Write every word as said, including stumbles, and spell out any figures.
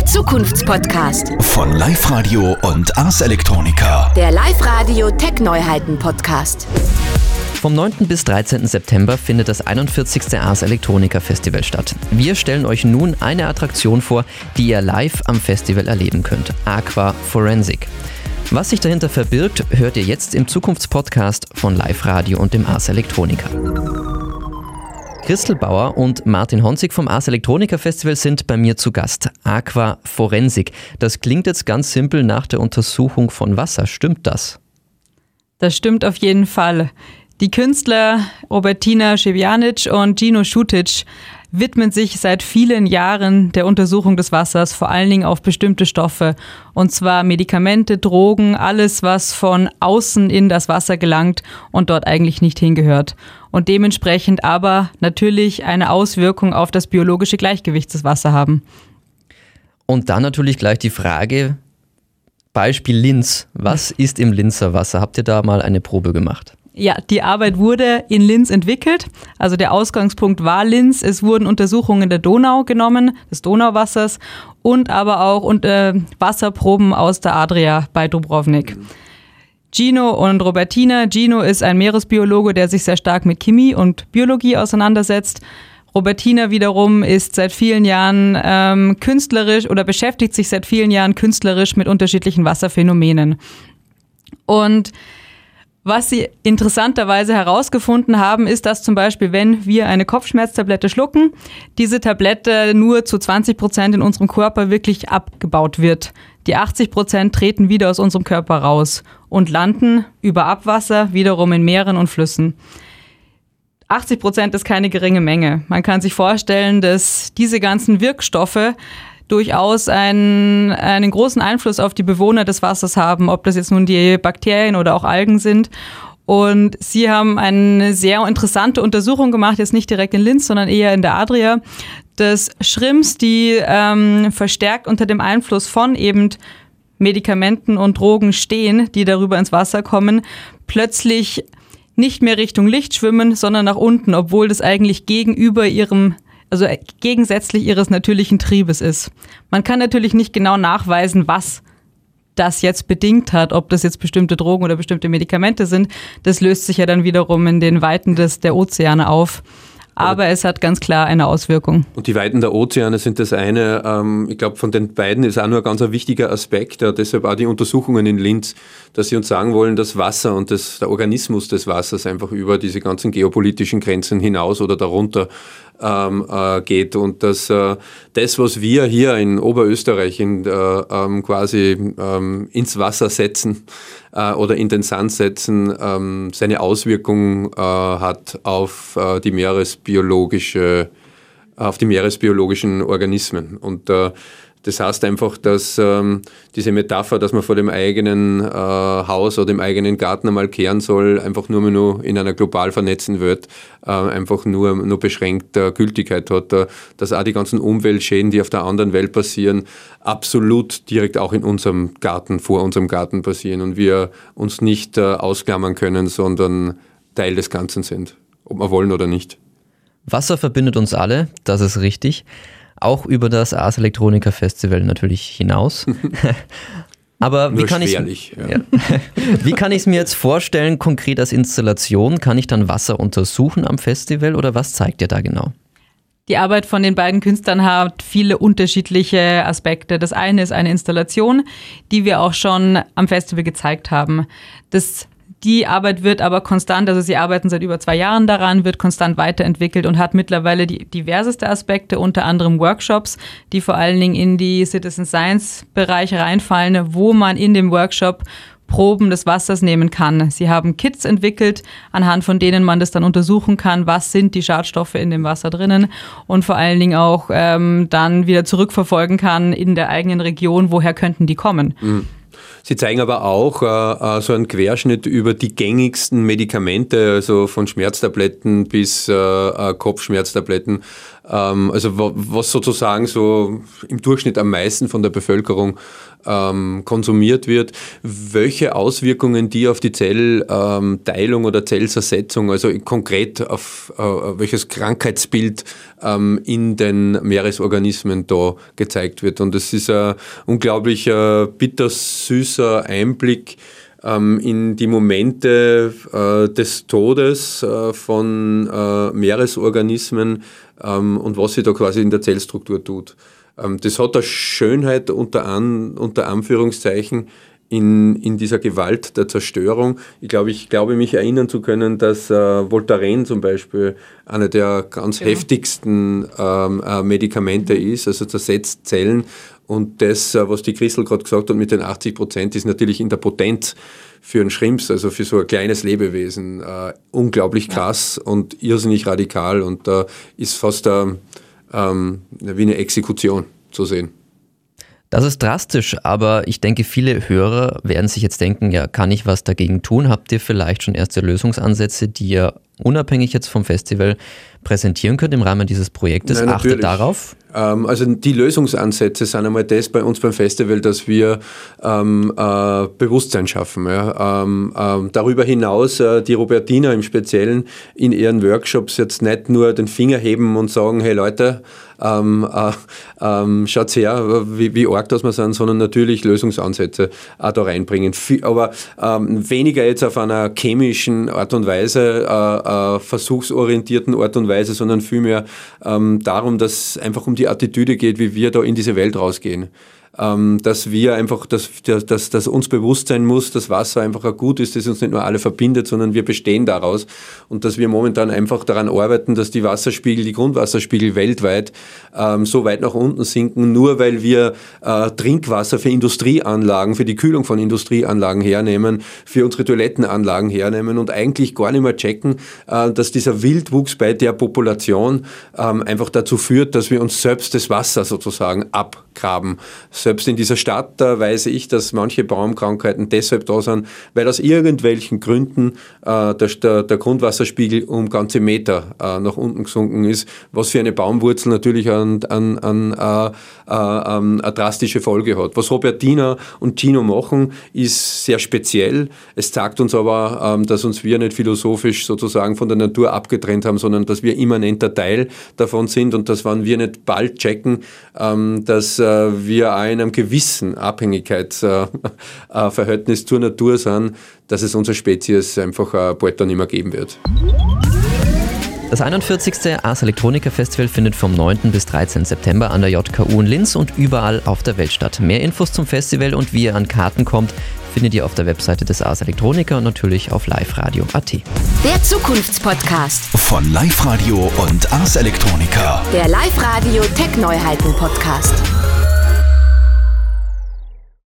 Der Zukunftspodcast von Live Radio und Ars Electronica. Der Live Radio Tech Neuheiten Podcast. Vom neunten bis dreizehnten September findet das einundvierzigste Ars Electronica Festival statt. Wir stellen euch nun eine Attraktion vor, die ihr live am Festival erleben könnt. Aqua Forensic. Was sich dahinter verbirgt, hört ihr jetzt im Zukunftspodcast von Live Radio und dem Ars Electronica. Christel Bauer und Martin Honzig vom Ars Electronica Festival sind bei mir zu Gast. Aqua Forensic. Das klingt jetzt ganz simpel nach der Untersuchung von Wasser. Stimmt das? Das stimmt auf jeden Fall. Die Künstler Robertina Ševjanić und Gino Šutić widmen sich seit vielen Jahren der Untersuchung des Wassers, vor allen Dingen auf bestimmte Stoffe. Und zwar Medikamente, Drogen, alles, was von außen in das Wasser gelangt und dort eigentlich nicht hingehört. Und dementsprechend aber natürlich eine Auswirkung auf das biologische Gleichgewicht des Wassers haben. Und dann natürlich gleich die Frage, Beispiel Linz. Was ist im Linzer Wasser? Habt ihr da mal eine Probe gemacht? Ja, die Arbeit wurde in Linz entwickelt. Also der Ausgangspunkt war Linz. Es wurden Untersuchungen der Donau genommen, des Donauwassers und aber auch unter Wasserproben aus der Adria bei Dubrovnik. Gino und Robertina. Gino ist ein Meeresbiologe, der sich sehr stark mit Chemie und Biologie auseinandersetzt. Robertina wiederum ist seit vielen Jahren ähm, künstlerisch oder beschäftigt sich seit vielen Jahren künstlerisch mit unterschiedlichen Wasserphänomenen. Und was sie interessanterweise herausgefunden haben, ist, dass zum Beispiel, wenn wir eine Kopfschmerztablette schlucken, diese Tablette nur zu zwanzig Prozent in unserem Körper wirklich abgebaut wird. Die achtzig Prozent treten wieder aus unserem Körper raus und landen über Abwasser wiederum in Meeren und Flüssen. achtzig Prozent ist keine geringe Menge. Man kann sich vorstellen, dass diese ganzen Wirkstoffe durchaus einen, einen großen Einfluss auf die Bewohner des Wassers haben, ob das jetzt nun die Bakterien oder auch Algen sind. Und sie haben eine sehr interessante Untersuchung gemacht, jetzt nicht direkt in Linz, sondern eher in der Adria, dass Shrimps, die ähm, verstärkt unter dem Einfluss von eben Medikamenten und Drogen stehen, die darüber ins Wasser kommen, plötzlich nicht mehr Richtung Licht schwimmen, sondern nach unten, obwohl das eigentlich gegenüber ihrem also gegensätzlich ihres natürlichen Triebes ist. Man kann natürlich nicht genau nachweisen, was das jetzt bedingt hat, ob das jetzt bestimmte Drogen oder bestimmte Medikamente sind. Das löst sich ja dann wiederum in den Weiten des, der Ozeane auf. Aber es hat ganz klar eine Auswirkung. Und die Weiten der Ozeane sind das eine. Ähm, ich glaube, von den beiden ist auch nur ein ganz ein wichtiger Aspekt. Ja, deshalb auch die Untersuchungen in Linz, dass sie uns sagen wollen, dass Wasser und das, der Organismus des Wassers einfach über diese ganzen geopolitischen Grenzen hinaus oder darunter ähm, äh, geht. Und dass äh, das, was wir hier in Oberösterreich in, äh, ähm, quasi ähm, ins Wasser setzen, oder in den Sand setzen, ähm, seine Auswirkung äh, hat auf äh, die meeresbiologische, auf die meeresbiologischen Organismen. Und äh, das heißt einfach, dass ähm, diese Metapher, dass man vor dem eigenen äh, Haus oder dem eigenen Garten einmal kehren soll, einfach nur, nur in einer global vernetzten Welt äh, einfach nur, nur beschränkt äh, Gültigkeit hat, äh, dass auch die ganzen Umweltschäden, die auf der anderen Welt passieren, absolut direkt auch in unserem Garten, vor unserem Garten passieren und wir uns nicht äh, ausklammern können, sondern Teil des Ganzen sind, ob wir wollen oder nicht. Wasser verbindet uns alle, das ist richtig. Auch über das Ars Electronica Festival natürlich hinaus. Aber wie kann ich ja. ja. Wie kann ich es mir jetzt vorstellen, konkret als Installation? Kann ich dann Wasser untersuchen am Festival oder was zeigt ihr da genau? Die Arbeit von den beiden Künstlern hat viele unterschiedliche Aspekte. Das eine ist eine Installation, die wir auch schon am Festival gezeigt haben. Das Die Arbeit wird aber konstant, also sie arbeiten seit über zwei Jahren daran, wird konstant weiterentwickelt und hat mittlerweile die diverseste Aspekte, unter anderem Workshops, die vor allen Dingen in die Citizen Science Bereich reinfallen, wo man in dem Workshop Proben des Wassers nehmen kann. Sie haben Kits entwickelt, anhand von denen man das dann untersuchen kann, was sind die Schadstoffe in dem Wasser drinnen und vor allen Dingen auch ähm, dann wieder zurückverfolgen kann in der eigenen Region, woher könnten die kommen. Mhm. Sie zeigen aber auch äh, so einen Querschnitt über die gängigsten Medikamente, also von Schmerztabletten bis äh, Kopfschmerztabletten, ähm, also was sozusagen so im Durchschnitt am meisten von der Bevölkerung ähm, konsumiert wird, welche Auswirkungen die auf die Zellteilung ähm, oder Zellzersetzung, also konkret auf äh, welches Krankheitsbild ähm, in den Meeresorganismen da gezeigt wird. Und es ist ein unglaublich äh, bittersüßer Einblick ähm, in die Momente äh, des Todes äh, von äh, Meeresorganismen ähm, und was sich da quasi in der Zellstruktur tut. Ähm, das hat eine Schönheit unter, an, unter Anführungszeichen in, in dieser Gewalt der Zerstörung. Ich glaube, ich glaube, mich erinnern zu können, dass äh, Voltaren zum Beispiel eine der ganz genau. heftigsten ähm, äh, Medikamente ist, also zersetzt Zellen. Und das, was die Christel gerade gesagt hat mit den achtzig Prozent, ist natürlich in der Potenz für einen Schrimps, also für so ein kleines Lebewesen, äh, unglaublich krass ja. und irrsinnig radikal. Und da äh, ist fast äh, ähm, wie eine Exekution zu sehen. Das ist drastisch, aber ich denke, viele Hörer werden sich jetzt denken, ja, kann ich was dagegen tun? Habt ihr vielleicht schon erste Lösungsansätze, die ihr unabhängig jetzt vom Festival präsentieren könnt im Rahmen dieses Projektes? Nein, Achtet darauf? Ähm, also die Lösungsansätze sind einmal das bei uns beim Festival, dass wir ähm, äh, Bewusstsein schaffen. Ja. Ähm, ähm, darüber hinaus äh, die Robertina im Speziellen in ihren Workshops jetzt nicht nur den Finger heben und sagen, hey Leute, ähm, äh, ähm, schaut her, wie, wie arg das wir sind, sondern natürlich Lösungsansätze auch da reinbringen. Aber ähm, weniger jetzt auf einer chemischen Art und Weise, äh, äh, versuchsorientierten Art und Weise, sondern vielmehr ähm, darum, dass es einfach um die Attitüde geht, wie wir da in diese Welt rausgehen. Ähm, dass wir einfach, dass, dass, dass uns bewusst sein muss, dass Wasser einfach ein Gut ist, das uns nicht nur alle verbindet, sondern wir bestehen daraus und dass wir momentan einfach daran arbeiten, dass die Wasserspiegel, die Grundwasserspiegel weltweit ähm, so weit nach unten sinken, nur weil wir äh, Trinkwasser für Industrieanlagen, für die Kühlung von Industrieanlagen hernehmen, für unsere Toilettenanlagen hernehmen und eigentlich gar nicht mehr checken, äh, dass dieser Wildwuchs bei der Population ähm, einfach dazu führt, dass wir uns selbst das Wasser sozusagen abgraben. Selbst in dieser Stadt, da weiß ich, dass manche Baumkrankheiten deshalb da sind, weil aus irgendwelchen Gründen äh, der, der, der Grundwasserspiegel um ganze Meter äh, nach unten gesunken ist, was für eine Baumwurzel natürlich an, an, an, äh, äh, eine drastische Folge hat. Was Robertina und Tino machen, ist sehr speziell. Es zeigt uns aber, ähm, dass uns wir nicht philosophisch sozusagen von der Natur abgetrennt haben, sondern dass wir immanenter Teil davon sind und dass, wenn wir nicht bald checken, ähm, dass äh, wir auch in einem gewissen Abhängigkeitsverhältnis äh, zur Natur sind, dass es unsere Spezies einfach äh, bald dann nicht mehr geben wird. Das einundvierzigste Ars Electronica Festival findet vom neunten bis dreizehnten September an der J K U in Linz und überall auf der Welt statt. Mehr Infos zum Festival und wie ihr an Karten kommt, findet ihr auf der Webseite des Ars Electronica und natürlich auf liveradio punkt at. Der Zukunftspodcast von Live Radio und Ars Electronica. Der Live Radio Tech Neuheiten Podcast.